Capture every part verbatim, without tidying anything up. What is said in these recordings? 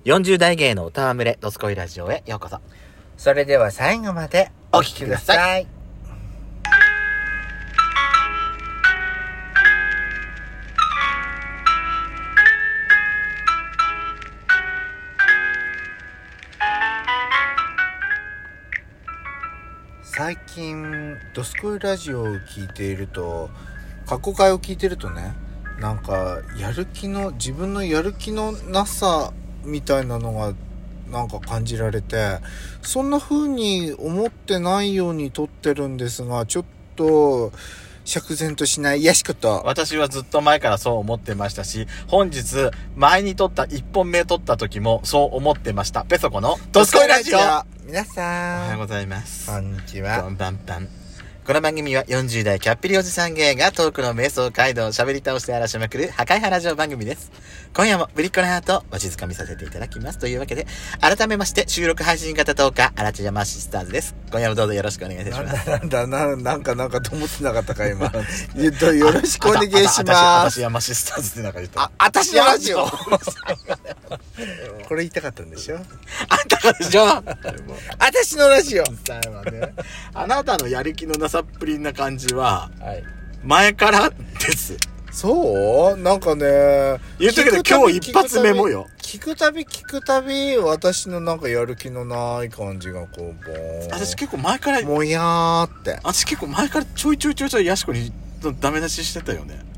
よんじゅう代芸の歌わむれドスコイラジオへようこそ。 それでは最後までお聞きください。 最近ドスコイラジオを聞いていると、過去回を聞いてるとね、なんかやる気の自分のやる気のなさみたいなのがなんか感じられて、そんな風に思ってないように撮ってるんですが、ちょっと釈然としないヤシコと。 私はずっと前からそう思ってましたし、本日前に撮ったいっぽんめ撮った時もそう思ってました。ペソコのドスコイラジオ。 皆さんおはようございます。 こんにちは。 こんばんばん。この番組はよんじゅう代キャッピリおじさん芸がトークの瞑想街道を喋り倒して荒らしまくる破壊派ラジオ番組です。今夜もぶりっ子のハートをわしづかみさせていただきます。というわけで、改めまして収録配信型トーカー、アラチヤマシスターズです。今夜もどうぞよろしくお願いいたします。 なんだなんだな、なんかなんかと思ってなかったか今。言うとよろしくお願いします。 アラチヤマシスターズってなんか言った。 あ、あたしのラジオこれ言いたかったんでしょ。 あんたがでしょ。 あたしのラジオ。 あなたのやる気のなさっぷりな感じは、 はい、 前からです。 そうなんかね、 言ったけど今日一発目もよ。 聞くたび聞くたび私のなんかやる気のない感じがこうボーン。 私結構前からもやーって。 私結構前からちょいちょいちょいちょいヤシコにダメ出ししてたよね。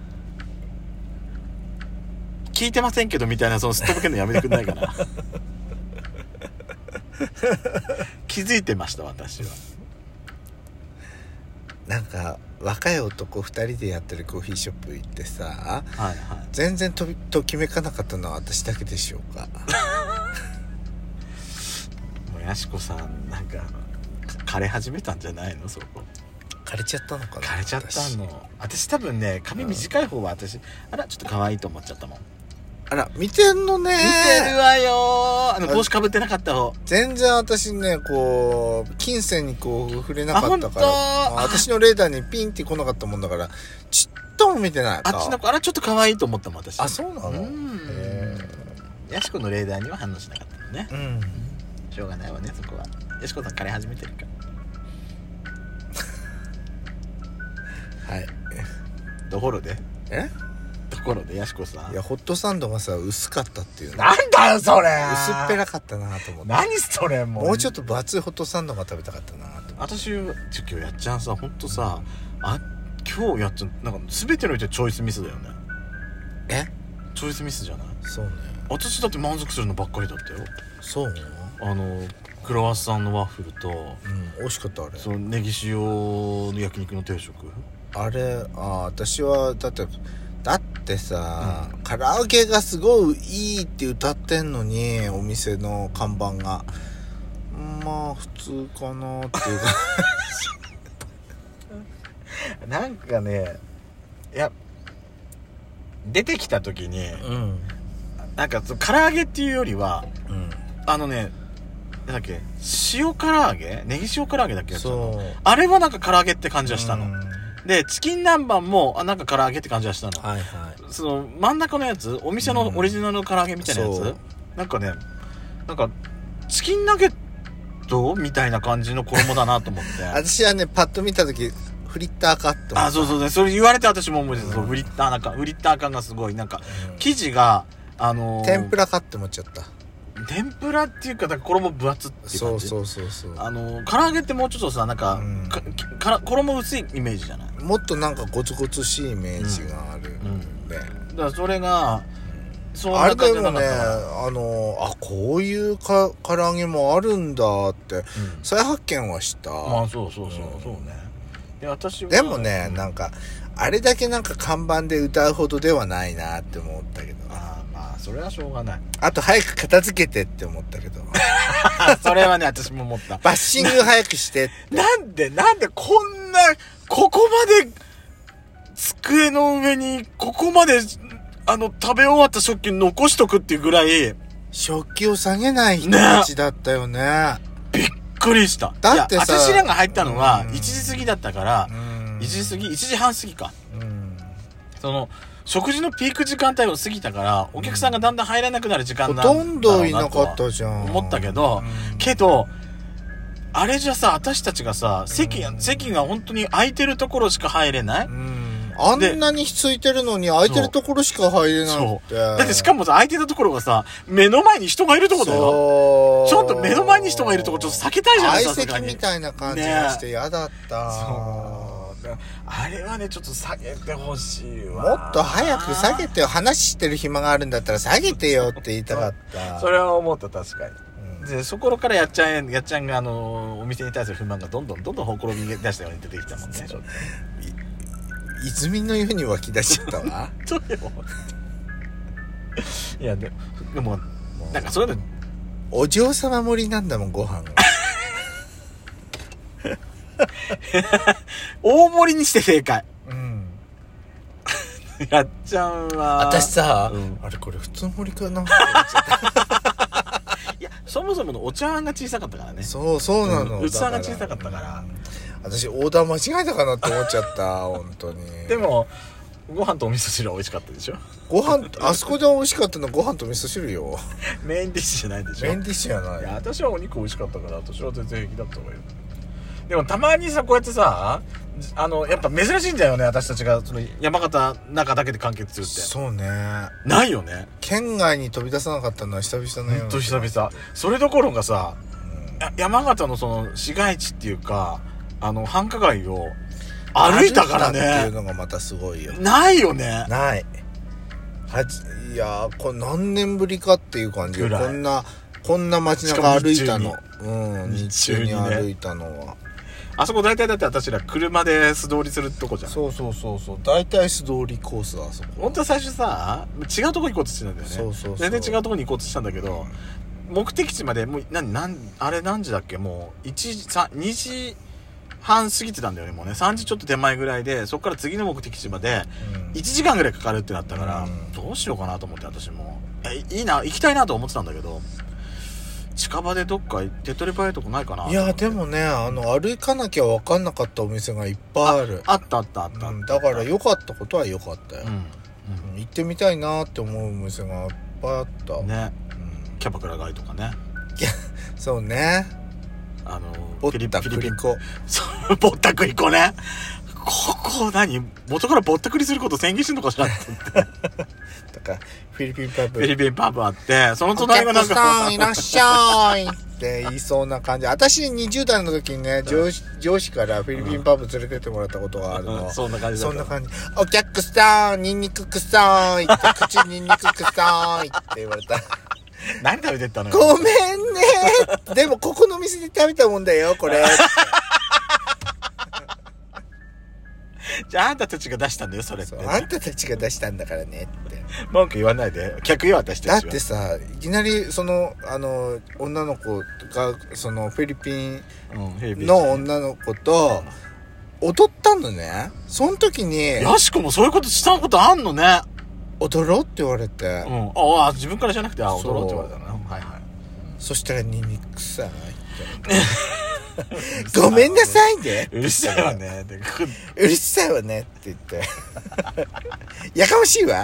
聞いてませんけどみたいな、そのすっとぼけるのやめてくんないかな。気づいてました私は。 なんか若い男ふたりでやってるコーヒーショップ行ってさ、 はいはい、 全然とときめかなかったのは私だけでしょうか。 もうヤシコさんなんか枯れ始めたんじゃないの？そこ枯れちゃったのかな。 枯れちゃったの。私多分ね、髪短い方は私、うん、あらちょっと可愛いと思っちゃったもん。 あら見てんのね。 見てるわよ。あの帽子かぶってなかった方。 全然私ねこう金銭にこう触れなかったから、 あ私のレーダーにピンって来なかったもんだからちっとも見てない。 あっちの子あらちょっと可愛いと思ったもん私。 あ、そうなの。 うん。ヤシコのレーダーには反応しなかったのね。うん。しょうがないわねそこは。ヤシコさん枯れ始めてるから。はい。ところで。 え？ ところでヤシコさん。 いやホットサンドがさ薄かったっていう。 なんだよそれ。 薄っぺらかったなと思って。 何それもう。 もうちょっと分厚いホットサンドが食べたかったなと。 私今日やっちゃんさほんとさ、あ今日やっちゃんなんか全ての人チョイスミスだよね。 え？ チョイスミスじゃない？そうね。私だって満足するのばっかりだったよ。 そう？ あのクロワッサンのワッフルと、うん、 美味しかったあれ。 そのネギ塩の焼肉の定食。 あれあ私はだってだってさ、うん、唐揚げがすごいいいって歌ってんのにお店の看板がまあ普通かなっていうかなんかね、いや出てきた時に、うん、なんか唐揚げっていうよりは、うん、あのねなんだっけ塩唐揚げネギ塩唐揚げだっけ。そうあれはなんか唐揚げって感じがしたの、うん、でチキン南蛮もあなんか唐揚げって感じがしたの、はいはい、その真ん中のやつお店のオリジナルの唐揚げみたいなやつ、うん、なんかねなんかチキンナゲットみたいな感じの衣だなと思って私はねパッと見た時フリッターかって思った。 あそうそうねそれ言われて私も思い出す、うん、フリッターなんかフリッター感がすごいなんか、うん、生地があのー、 天ぷらかって思っちゃった。 天ぷらっていうか衣分厚っていう感じ。 そうそうそうそう。 あの唐揚げってもうちょっとさなんか、うん、かか衣薄いイメージじゃない。 もっとなんかゴツゴツしいイメージがあるんで、うんうん、 だからそれが、うん、そんなあれでもねあのあこういうか唐揚げもあるんだって、うん、再発見はした。 まあそうそうそう、うん、そうね。で私はでもね、うん、なんかあれだけなんか看板で歌うほどではないなって思ったけど。 あまあそれはしょうがない。 あと早く片付けてって思ったけどそれはね私も思った。 バッシング早くしてってなんでなんでこんなここまで机の上にここまであの食べ終わった食器残しとくっていうぐらい食器を下げない人たちだったよね。 びっくりした。 だってさ私らが入ったのはいちじ過ぎだったから、いちじ過ぎいちじはん過ぎか、うん、その食事のピーク時間帯を過ぎたからお客さんがだんだん入らなくなる時間なんだほろうなととんどいなかったじゃん思ったけど、うん、けどあれじゃさ私たちがさ席、うん、席が本当に空いてるところしか入れない、うん、 あんなに空いてるのに空いてるところしか入れないってだってしかもさ空いてたところがさ目の前に人がいるところだよ。ちょっと目の前に人がいるところちょっと避けたいじゃないですか。 相席みたいな感じがして嫌だった、ね、 そうあれはねちょっと下げてほしいわ。 もっと早く下げてよ。話してる暇があるんだったら下げてよって言いたかったそれは思った確かに、うん、でそこからやっちゃんやっちゃんがあのお店に対する不満がどんどんどんどんほころび出したように出てきたもんねちょっと泉のように湧き出しちゃったわいやででもなんかそういうのお嬢様盛りなんだもんご飯が大盛りにして正解。うん。やっちゃんは私さ、うん、あれこれ普通盛りかなって思っちゃったいやそもそものお茶碗が小さかったからね。 そうそうなの、 うん、器が小さかったから、 うん、私オーダー間違えたかなって思っちゃった本当に。 でもご飯とお味噌汁は美味しかったでしょ。 ご飯あそこで美味しかったのはご飯と味噌汁よ。 メインディッシュじゃないでしょ。 メインディッシュじゃない。 いや私はお肉美味しかったから私は全然平気だったわよ。でもたまにさこうやってさあのやっぱ珍しいんだよね私たちがその山形中だけで完結するって。 そうねないよね。 県外に飛び出さなかったのは久々のような。 ほんと久々。それどころかさ、うん、山形のその市街地っていうかあの繁華街を歩いたからね。 歩いたっていうのがまたすごいよ。 ないよね。 ないはじいやこれ何年ぶりかっていう感じよ。こんなこんな街中歩いたの。うん日中に歩いたのは。 あそこ大体だって私ら車で素通りするとこじゃん。 そうそうそうそう大体素通りコースだあそこ。 本当は最初さ違うとこ行こうとしてたんだよね。 そうそうそう全然違うとこに行こうとしたんだけど、うん、目的地までもう何何あれ何時だっけもういちじさんにじはん過ぎてたんだよねもうねさんじちょっと手前ぐらいでそこから次の目的地までいちじかんぐらいかかるってなったから、うん、どうしようかなと思って私もえいいな行きたいなと思ってたんだけど近場でどっか手っ取り早いとこないかな。 いやでもねあの歩かなきゃ分かんなかったお店がいっぱいある。 あったあったあった、うん、 だから良かったことは良かったよ、うんうん、行ってみたいなって思うお店がいっぱいあったね、うん、キャバクラ街とかね。 いやそうねあのぼったくり粉そうぼったくり粉ね。ここ何元からぼったくりすること宣言してんのかしらって言ってだからフィリピンパブフィリピンパブあってその隣がなんかお客さんいらっしゃいって言いそうな感じ。私にじゅう代の時にね上司、上司からフィリピンパブ連れてってもらったことがあるの、 うん、そんな感じだそんな感じ。お客さんニンニク臭いって口ニンニク臭いって言われた何食べてったのよ。 ごめんねでもここの店で食べたもんだよこれじゃああんたたちが出したんだよそれって、ね、 あんたたちが出したんだからねって文句言わないで客よ私たちは。 だってさいきなりそのあの女の子がそのフィリピンの女の子と踊ったのね。その時にやしこもそういうことしたことあんのね。 踊ろうって言われて、 うん、ああ自分からじゃなくてあ踊ろうって言われたな。はいはい。 そしたらニンニク臭いってごめんなさいね。 うるさいわね。 うるさいわねって言って。やかましいわって。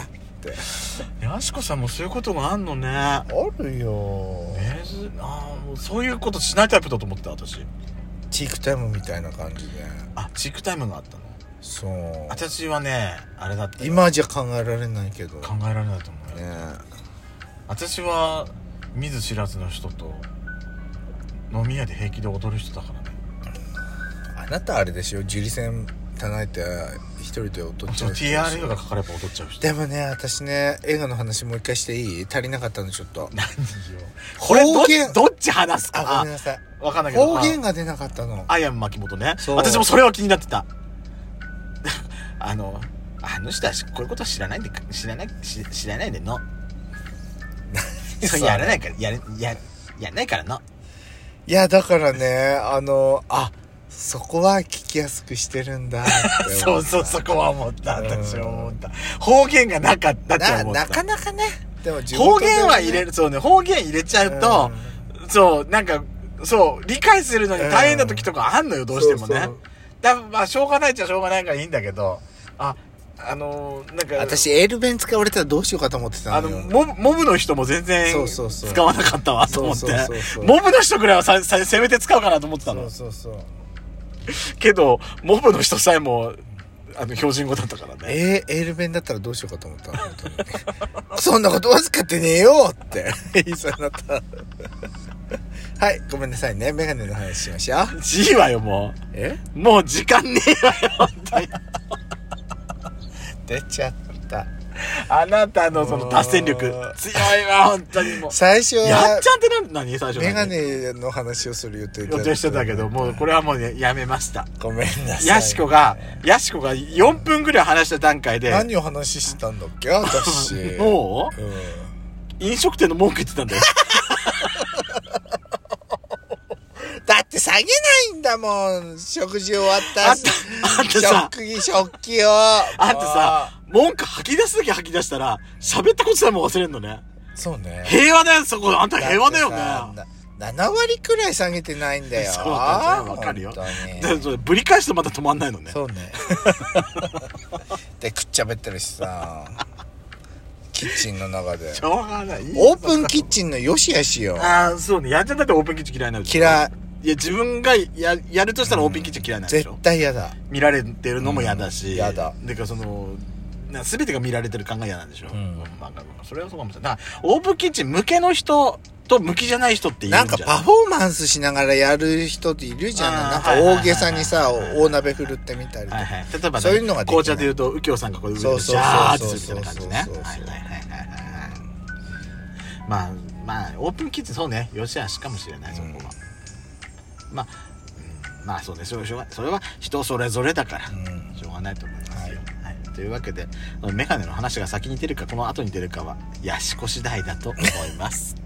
やしこさんもそういうことがあんのね。 あるよ。 えー、あもうそういうことしないタイプだと思って私。 チークタイムみたいな感じで。 あチークタイムがあったの。 そう。 私はねあれだった。 今じゃ考えられないけど。 考えられないと思うよ。ね。私は見ず知らずの人と。飲み屋で平気で踊る人だからね。 あなたあれでしょ樹里線唱えて一人で踊っちゃう人。 ティーアール がかかれば踊っちゃう人。 でもね私ね映画の話もう一回していい？足りなかったのちょっと。 何よこれ方言 ど, どっち話すか。 あごめんなさい分かんないけど方言が出なかったの。 アイアン牧本ね。私もそれは気になってたあのあの人はこういうことは知らないんで知らない知らないでのそうやらないからやややらないからの。 いやだからねあのあそこは聞きやすくしてるんだってそうそうそこは思った私は思った、うん、方言がなかったって思った。 な, なかなかねでも自分、ね、方言は入れるそうね方言入れちゃうと、うん、そうなんかそう理解するのに大変な時とかあんのよ、うん、どうしてもね。そうそうだまあしょうがないっちゃしょうがないからいいんだけどああのなんか私エール弁使われたらどうしようかと思ってたあのよ。 のモブモブの人も全然そうそうそう使わなかったわと思ってそうそうそうそうモブの人くらいはささせめて使うかなと思ってたの。 そうそうそうけどモブの人さえもあの標準語だったからね。 えー、エール弁だったらどうしようかと思ったの本当にそんなことは使ってねえよって言いそうになったはいごめんなさいね、メガネの話しましょう。 いいわよもうえもう時間ねえわよ本当に出ちゃったあなたのその達成力強いわ本当にもう最初はやっちゃんって何何最初メガネの話をする予定だ予定してたけどもうこれはもうねやめました。 ごめんなさい、 ヤシコがヤシコがよんぷんぐらい話した段階で何を話したんだっけ私もう、 うん、 飲食店の文句言ってたんだよだって下げないんだもん食事終わったあんたあんたさ食器食器をあんたさ文句吐き出すだけ吐き出したら喋ったことさえも忘れんのね。 そうね平和だよそこあんた平和だよね。 なな割くらい下げてないんだよ。 そうだねわかるよ。でそれぶり返すとまた止まんないのね。 そうねでくっちゃべってるしさキッチンの中でしょうがない。 オープンキッチンの良し悪しよ。 ああそうね。やっちゃんだってオープンキッチン嫌いなんでしょ。 嫌い。 いや自分が や, やるとしたらオープンキッチン嫌いなんでしょ、 うん、絶対嫌だ。 見られてるのも嫌だし、 嫌、うん、だ。 だからその全てが見られてる感が嫌なんでしょ、うんまあ、それはそうかもしれない。だからオープンキッチン向けの人と向きじゃない人っているんじゃん。 なんかパフォーマンスしながらやる人っているじゃない。なんか大げさにさ大鍋振るってみたりとか、はいはい、 例えば、ね、 そういうのができない。 紅茶でいうと右京さんがこういう上でジャーってするみたいな感じね。はいはいはいはい。まあまあオープンキッチンそうねよしあしかもしれない、そこは、うん、まあ、うん、まあそうねそれはそれは人それぞれだから、うん、しょうがないと思いますよ、はいはい、というわけでメガネの話が先に出るかこの後に出るかはヤシコ次第だと思います